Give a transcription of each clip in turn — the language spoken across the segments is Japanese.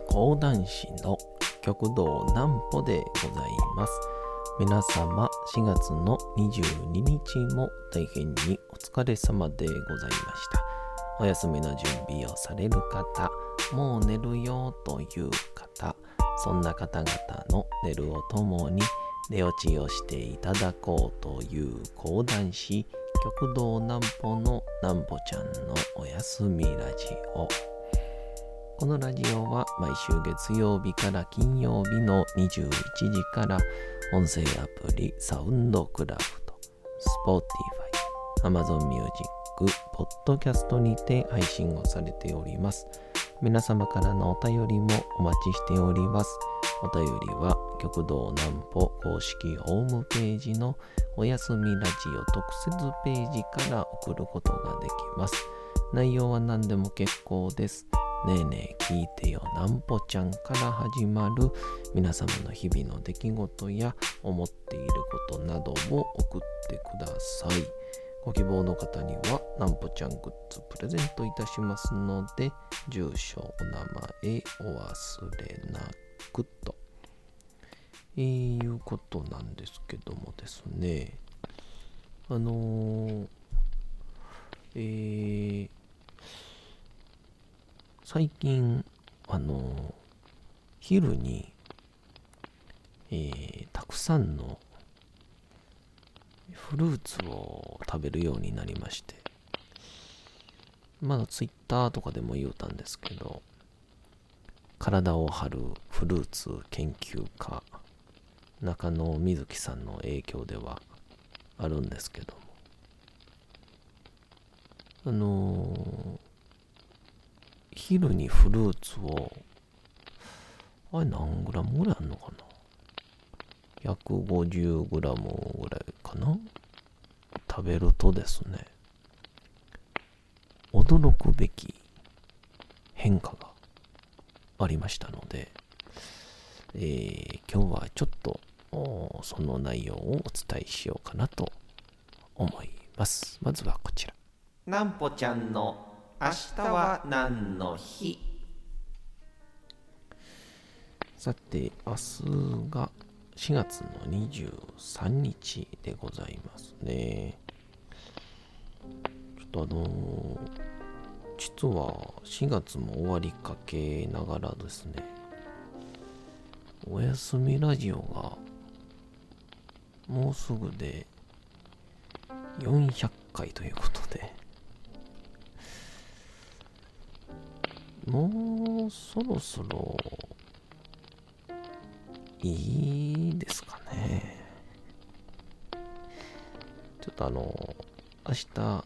講談師の極道南歩でございます。皆様4月の22日も大変にお疲れ様でございました。お休みの準備をされる方、もう寝るよという方、そんな方々の寝るをともに寝落ちをしていただこうという講談師極道南歩の南歩ちゃんのお休みラジオ。このラジオは毎週月曜日から金曜日の21時から音声アプリサウンドクラフト、Spotify、Amazon Music、ポッドキャストにて配信をされております。皆様からのお便りもお待ちしております。お便りは極道南歩公式ホームページのおやすみラジオ特設ページから送ることができます。内容は何でも結構です。ねえねえ聞いてよ南歩ちゃんから始まる皆様の日々の出来事や思っていることなどを送ってください。ご希望の方には南歩ちゃんグッズプレゼントいたしますので、住所お名前お忘れなくということなんですけどもですね、最近昼に、たくさんのフルーツを食べるようになりまして、ツイッターとかでも言うたんですけど、体を張るフルーツ研究家中野瑞希さんの影響ではあるんですけども、昼にフルーツをあれ何グラムぐらいあるのかな、150グラムぐらいかな、食べるとですね、驚くべき変化がありましたので、今日はちょっとその内容をお伝えしようかなと思います。まずはこちら、南歩ちゃんの明日は何の日。さて、明日が4月の23日でございますね。ちょっと実は4月も終わりかけながらですね、おやすみラジオがもうすぐで400回ということで、もうそろそろいいですかね。ちょっと明日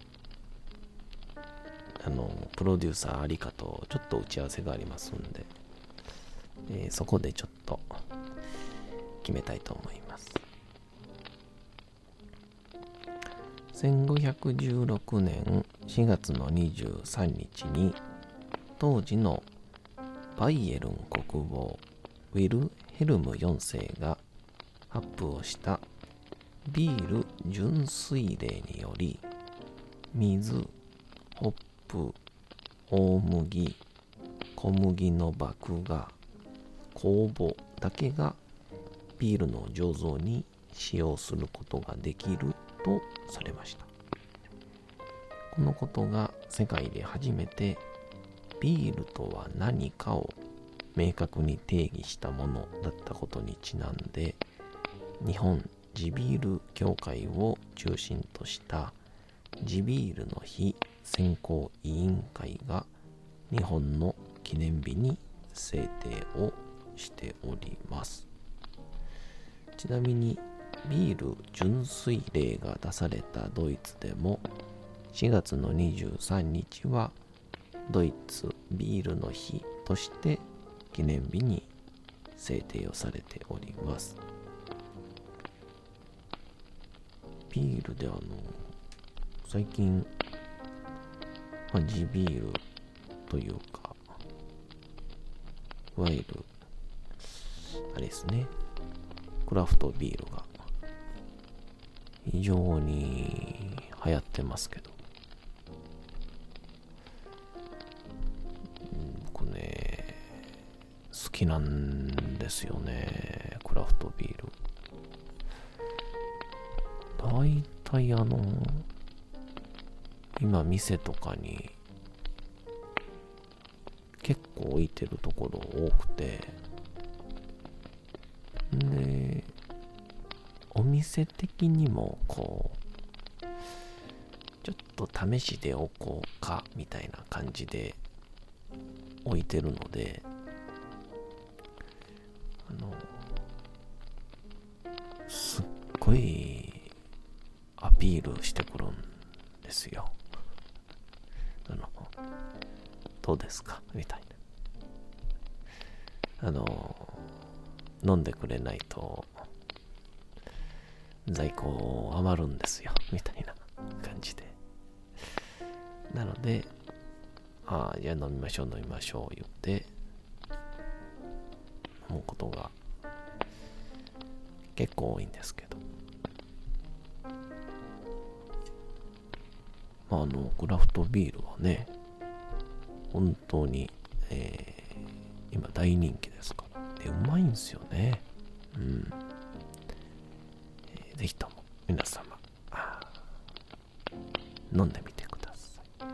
プロデューサーありかとちょっと打ち合わせがありますんで、そこでちょっと決めたいと思います。1516年4月の23日に当時のバイエルン国王ウィルヘルム4世が発布をしたビール純粋令により、水、ホップ、大麦、小麦の麦芽、酵母だけがビールの醸造に使用することができるとされました。このことが世界で初めてビールとは何かを明確に定義したものだったことにちなんで、日本地ビール協会を中心とした地ビールの日選考委員会が日本の記念日に制定をしております。ちなみにビール純粋令が出されたドイツでも4月の23日はドイツビールの日として記念日に制定をされております。ビールで最近、地ビールというか、いわゆるあれですね、クラフトビールが非常に流行ってますけど、僕ね、 好きなんですよね、クラフトビール。だいたい今店とかに結構置いてるところ多くて、でお店的にもこうちょっと試しで置こうかみたいな感じで置いてるので、すっごいアピールしてくるんですよ。どうですかみたいな。飲んでくれないと在庫余るんですよみたいな感じで。なので、じゃあ飲みましょう言って飲むことが結構多いんですけど、クラフトビールはね、本当に、今大人気ですから。で、うまいんですよね。ぜひとも皆様、飲んでみてください。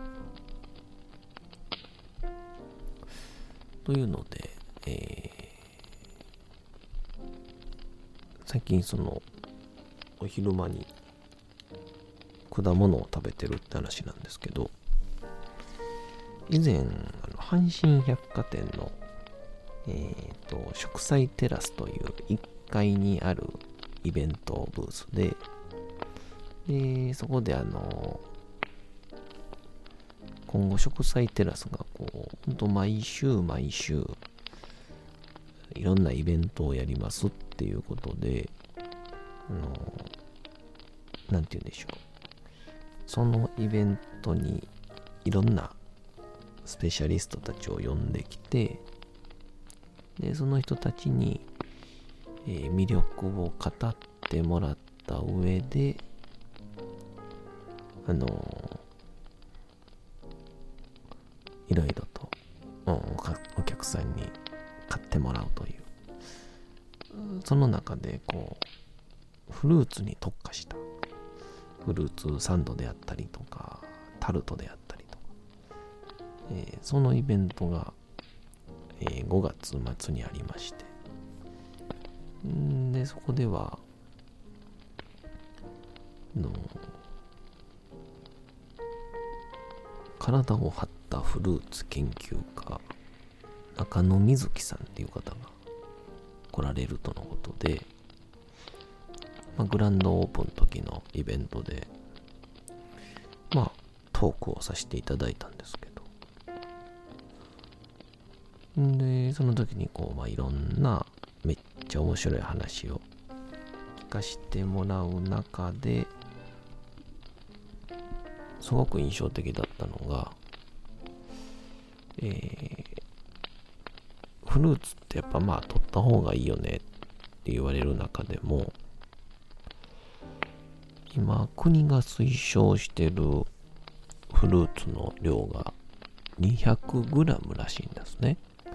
というので、最近お昼間に果物を食べてるって話なんですけど、以前阪神百貨店の植栽テラスという1階にあるイベントブースで、そこで今後植栽テラスがほんと毎週いろんなイベントをやりますっていうことで、なんて言うんでしょう、そのイベントにいろんなスペシャリストたちを呼んできて、でその人たちに、魅力を語ってもらった上で、いろいろと、お客さんに買ってもらうという、その中でフルーツに特化したフルーツサンドであったりとかタルトであったりとか、そのイベントが、5月末にありまして、でそこでは体を張ったフルーツ研究家中野瑞希さんっていう方が来られるとのことで、グランドオープンの時のイベントでトークをさせていただいたんですけど、でその時にいろんなめっちゃ面白い話を聞かせてもらう中で、すごく印象的だったのが、フルーツってやっぱ取った方がいいよねって言われる中でも、今国が推奨してるフルーツの量が 200g らしいんですね。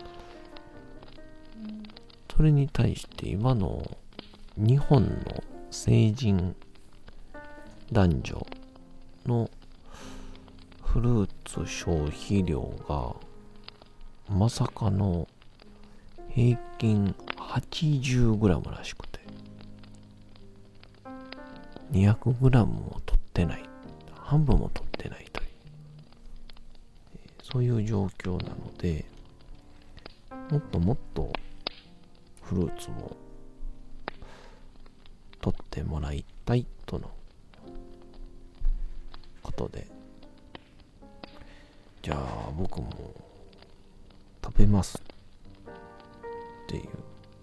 それに対して今の日本の成人男女のフルーツ消費量がまさかの平均 80g らしくて、 200g も取ってない、半分も取ってないという、そういう状況なので、もっともっとフルーツを取ってもらいたいとのことで、じゃあ僕も食べますっていう、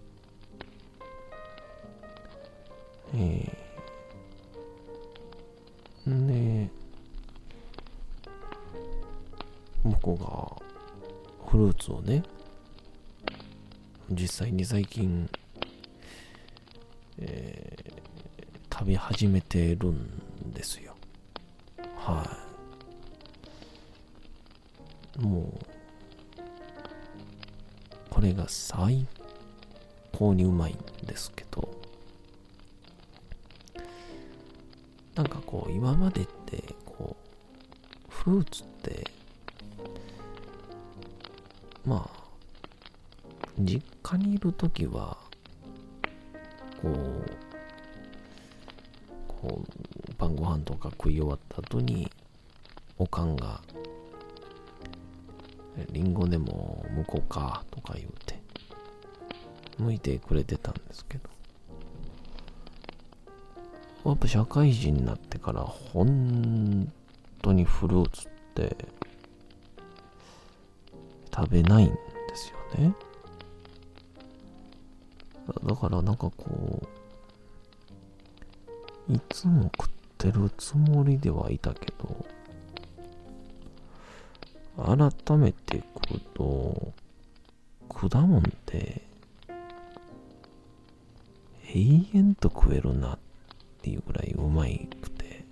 で僕がフルーツをね、実際に最近、食べ始めてるんですよ。もうこれが最高にうまいんですけど、なんかこう今までってこうフルーツってまあ実家にいるときはこう晩ご飯とか食い終わった後におかんがリンゴでも剥こうかとか言うて剥いてくれてたんですけど、やっぱ社会人になってから本当にフルーツって食べないんですよね。だからなんかこういつも食ってるつもりではいたけど、改めて食うと果物って永遠と食えるなっていうぐらいうまいくて、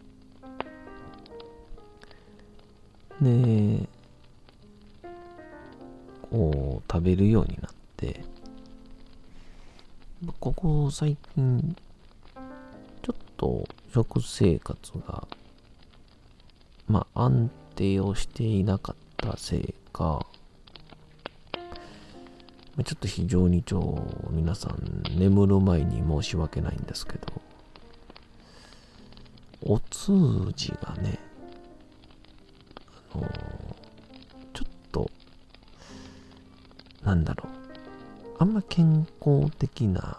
でこう食べるようになって、ここ最近ちょっと食生活が安定をしていなかったせいか、ちょっと非常に皆さん眠る前に申し訳ないんですけど、お通じがね、ちょっとあんま健康的な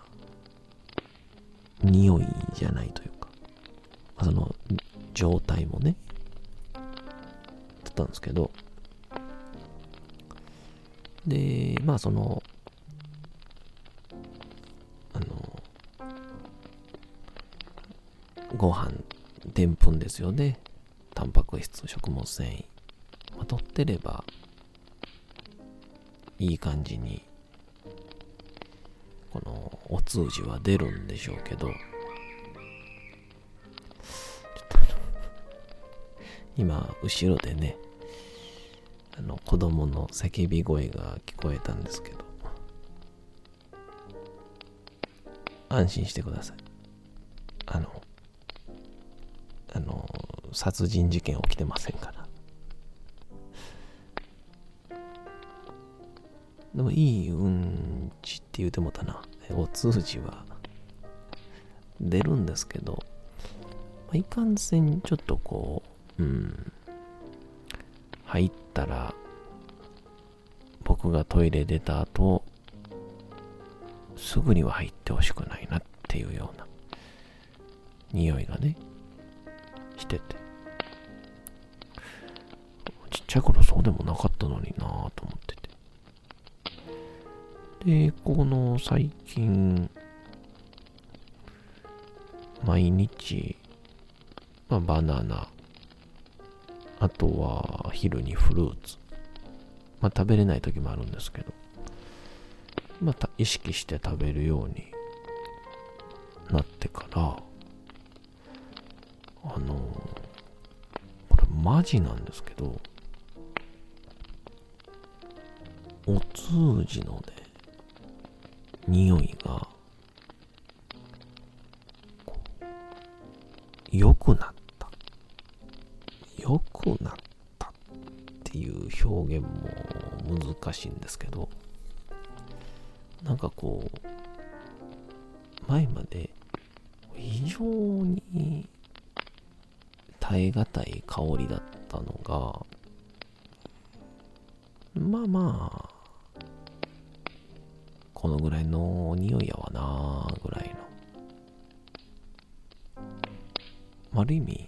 匂いじゃないというか、その状態もねだったんですけど、でそのご飯でんぷんですよね、タンパク質、食物繊維、取ってればいい感じにこのお通じは出るんでしょうけど、ちょっと今後ろでね子供の叫び声が聞こえたんですけど、安心してください。殺人事件起きてませんから。でもいいうんちって言うてもたな。お通じは出るんですけど、いかんせんちょっとこう、入ったら僕がトイレ出た後すぐには入ってほしくないなっていうような匂いがねしてて、ちっちゃい頃そうでもなかったのになぁと思ってて、でこの最近毎日、バナナ、あとは昼にフルーツ、食べれない時もあるんですけど、意識して食べるようになってから、これマジなんですけど、お通じのね匂いが良くなったっていう表現も難しいんですけど、なんかこう前まで非常に耐え難い香りだったのが、このぐらいの匂いやわなぐらいの、ある意味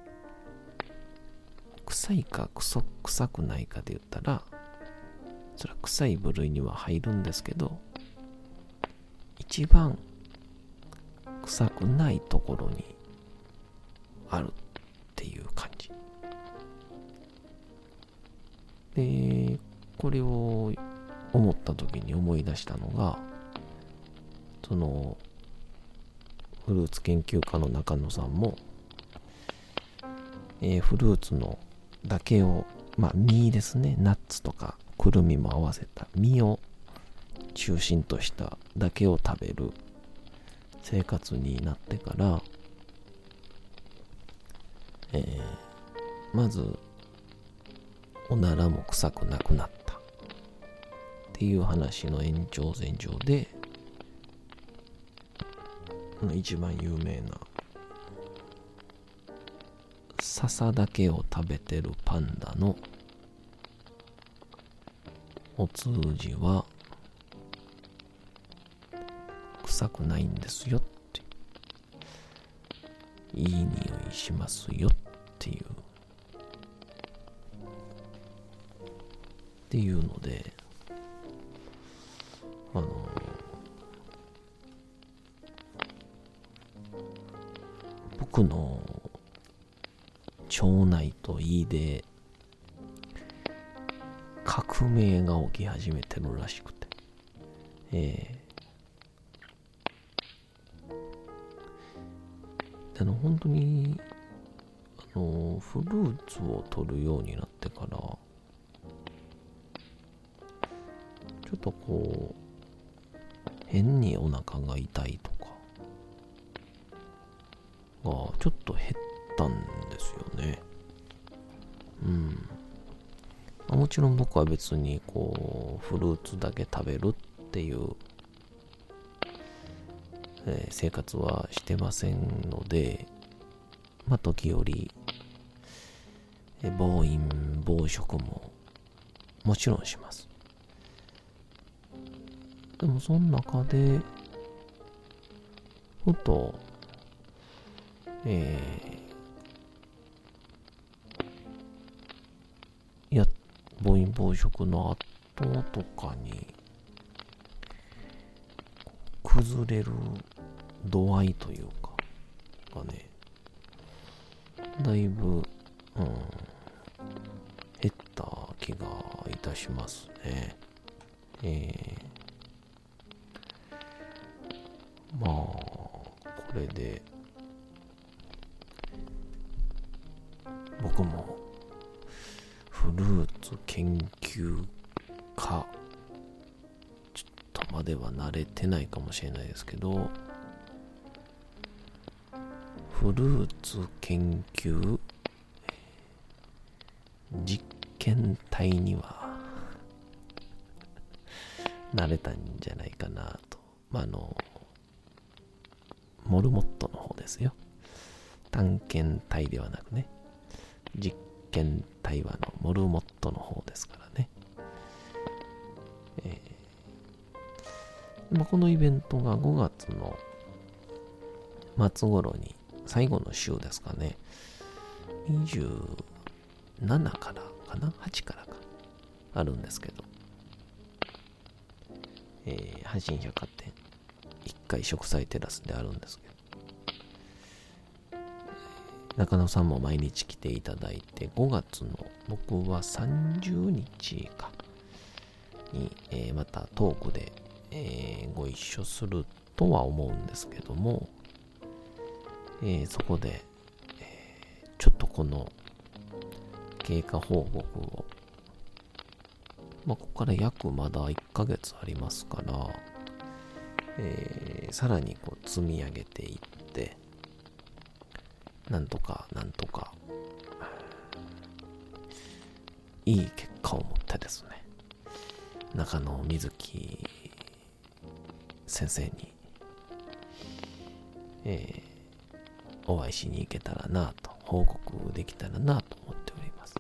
臭いか臭くないかで言ったらそれは臭い部類には入るんですけど、一番臭くないところにあるっていう感じで、これを思った時に思い出したのが、そのフルーツ研究家の中野さんも、フルーツのだけを実ですね、ナッツとかくるみも合わせた実を中心としただけを食べる生活になってから、まずおならも臭くなくなったっていう話の延長線上で、一番有名な笹だけを食べてるパンダのお通じは臭くないんですよって、いい匂いしますよっていうので、僕の腸内と胃で革命が起き始めてるらしくて、本当にフルーツを取るようになってから、ちょっとこう変にお腹が痛いとかがちょっと減ったんですよね。もちろん僕は別にこうフルーツだけ食べるっていう、生活はしてませんので、時折暴飲暴食ももちろんします。でもその中でふと暴飲暴食の後とかに崩れる度合いというかがね、だいぶ、減った気がいたしますね。これで僕もフルーツ研究家ちょっとまでは慣れてないかもしれないですけど、フルーツ研究実験体には慣れたんじゃないかなと。モルモットの方ですよ。探検隊ではなくね、実験対話のモルモットの方ですからね。このイベントが5月の末頃に、最後の週ですかね、27からかな、8からかあるんですけど、阪神百貨店1階植栽テラスであるんですけど、中野さんも毎日来ていただいて、5月の僕は30日かに、またトークで、ご一緒するとは思うんですけども、そこで、ちょっとこの経過報告を、ここから約まだ1ヶ月ありますから、さらにこう積み上げていって、なんとかいい結果を持ってですね、中野瑞希先生に、お会いしに行けたらなと、報告できたらなと思っております。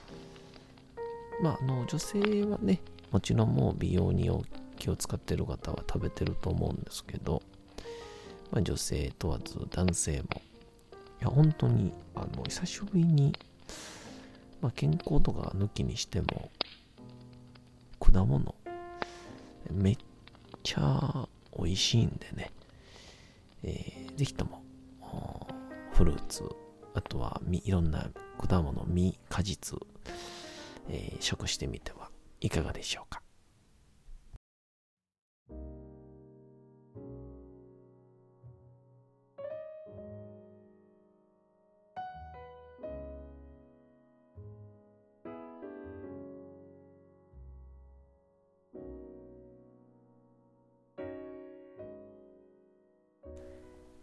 女性はね、もちろんもう美容に気を使っている方は食べてると思うんですけど、女性問わず男性も、いや本当に久しぶりに、健康とか抜きにしても果物めっちゃ美味しいんでね、ぜひともフルーツ、あとはいろんな果物、実、果実、食してみてはいかがでしょうか。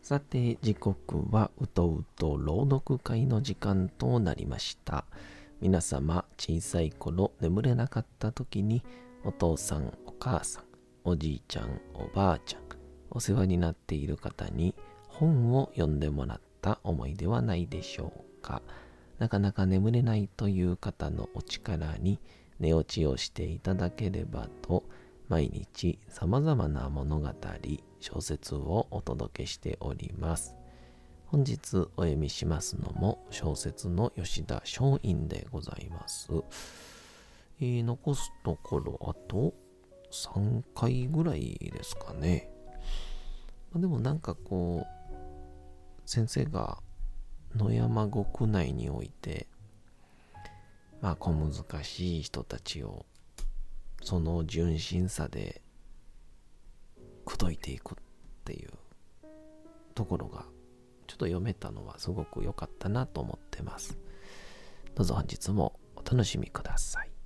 さて、時刻はうとうと朗読会の時間となりました。皆様、小さい頃眠れなかった時に、お父さん、お母さん、おじいちゃん、おばあちゃん、お世話になっている方に本を読んでもらった思いではないでしょうか。なかなか眠れないという方のお力に寝落ちをしていただければと、毎日様々な物語、小説をお届けしております。本日お読みしますのも小説の吉田松陰でございます。残すところあと3回ぐらいですかね。でもなんか先生が野山国内において小難しい人たちをその純真さで口説いていくっていうところがちょっと読めたのはすごく良かったなと思ってます。どうぞ本日もお楽しみください。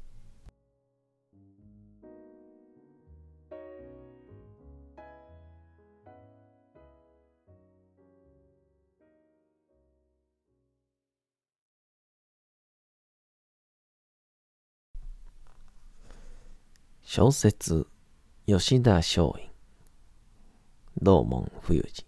小説吉田松陰道門冬治。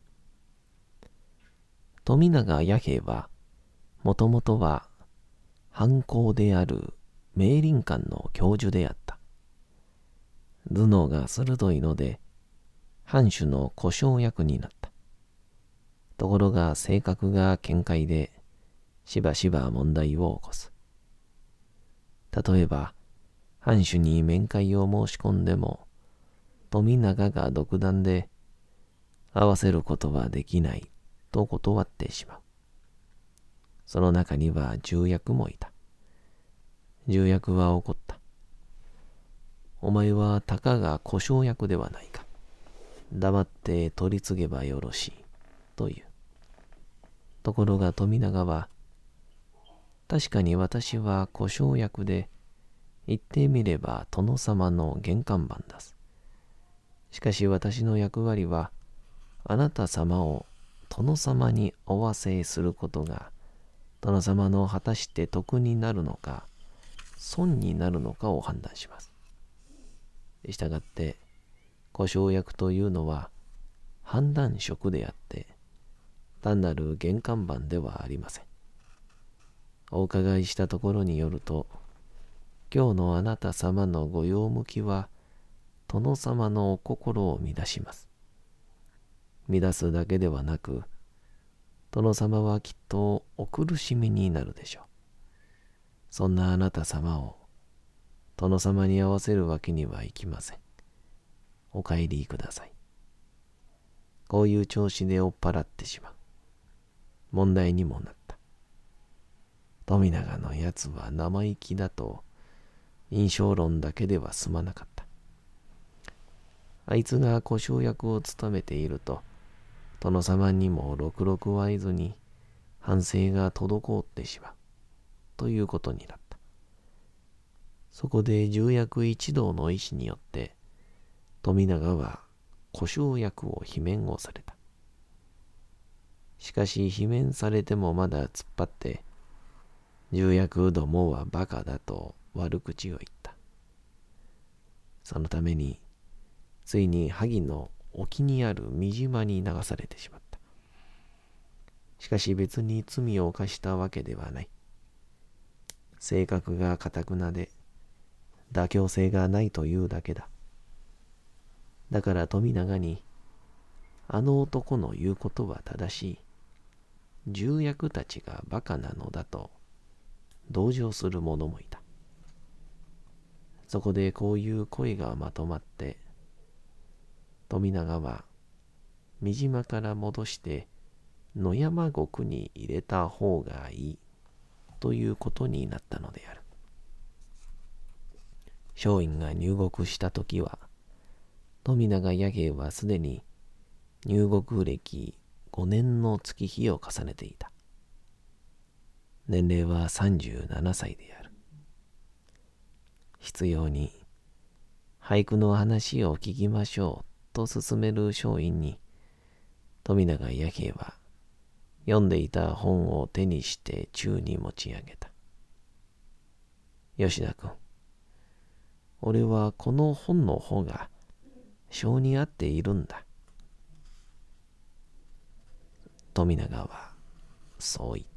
富永弥平はもともとは藩校である明林館の教授であった。頭脳が鋭いので藩主の小姓役になった。ところが性格が軽快でしばしば問題を起こす。例えば藩主に面会を申し込んでも富永が独断で会わせることはできないと断ってしまう。その中には重役もいた。重役は怒った。お前はたかが小姓役ではないか。黙って取り次げばよろしいという。ところが富永は、確かに私は小姓役で、言ってみれば殿様の玄関番です。しかし私の役割は、あなた様を殿様におわせすることが、殿様の果たして得になるのか、損になるのかを判断します。したがって、小姓役というのは判断職であって、単なる玄関番ではありません。お伺いしたところによると、今日のあなた様のご用向きは、殿様のお心を乱します。乱すだけではなく、殿様はきっとお苦しみになるでしょう。そんなあなた様を殿様に合わせるわけにはいきません。お帰りください。こういう調子で追っ払ってしまう。問題にもなった。富永のやつは生意気だと印象論だけでは済まなかった。あいつが小姓役を務めていると、殿様にもろくろくわえずに反省が滞ってしまうということになった。そこで重役一同の意思によって富永は小姓役を罷免をされた。しかし罷免されてもまだ突っ張って重役どもはバカだと悪口を言った。そのためについに萩の沖にある三島に流されてしまった。しかし別に罪を犯したわけではない。性格が堅くなで妥協性がないというだけだ。だから富永に、あの男の言うことは正しい。重役たちがバカなのだと同情する者もいた。そこでこういう声がまとまって、富永は三島から戻して野山国に入れた方がいいということになったのである。松陰が入国したときは、富永弥平はすでに入国歴5年の月日を重ねていた。年齢は37歳である。必要に俳句の話を聞きましょうと勧める松陰に、 富永弥平は読んでいた本を手にして宙に持ち上げた。吉田君、俺はこの本の方が性に合っているんだ。富永はそう言った。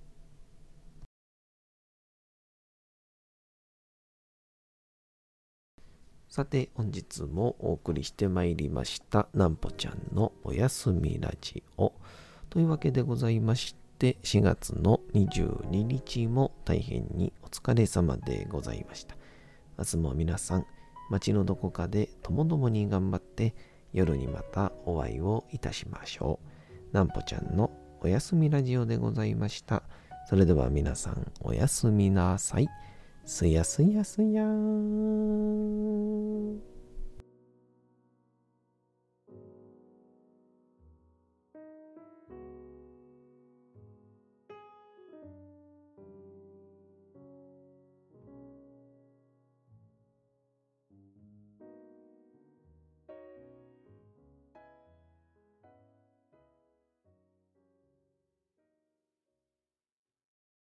さて、本日もお送りしてまいりましたなんぽちゃんのおやすみラジオというわけでございまして、4月の22日も大変にお疲れ様でございました。明日も皆さん、街のどこかでともどもに頑張って夜にまたお会いをいたしましょう。なんぽちゃんのおやすみラジオでございました。それでは皆さんおやすみなさい。すやすやすやーん。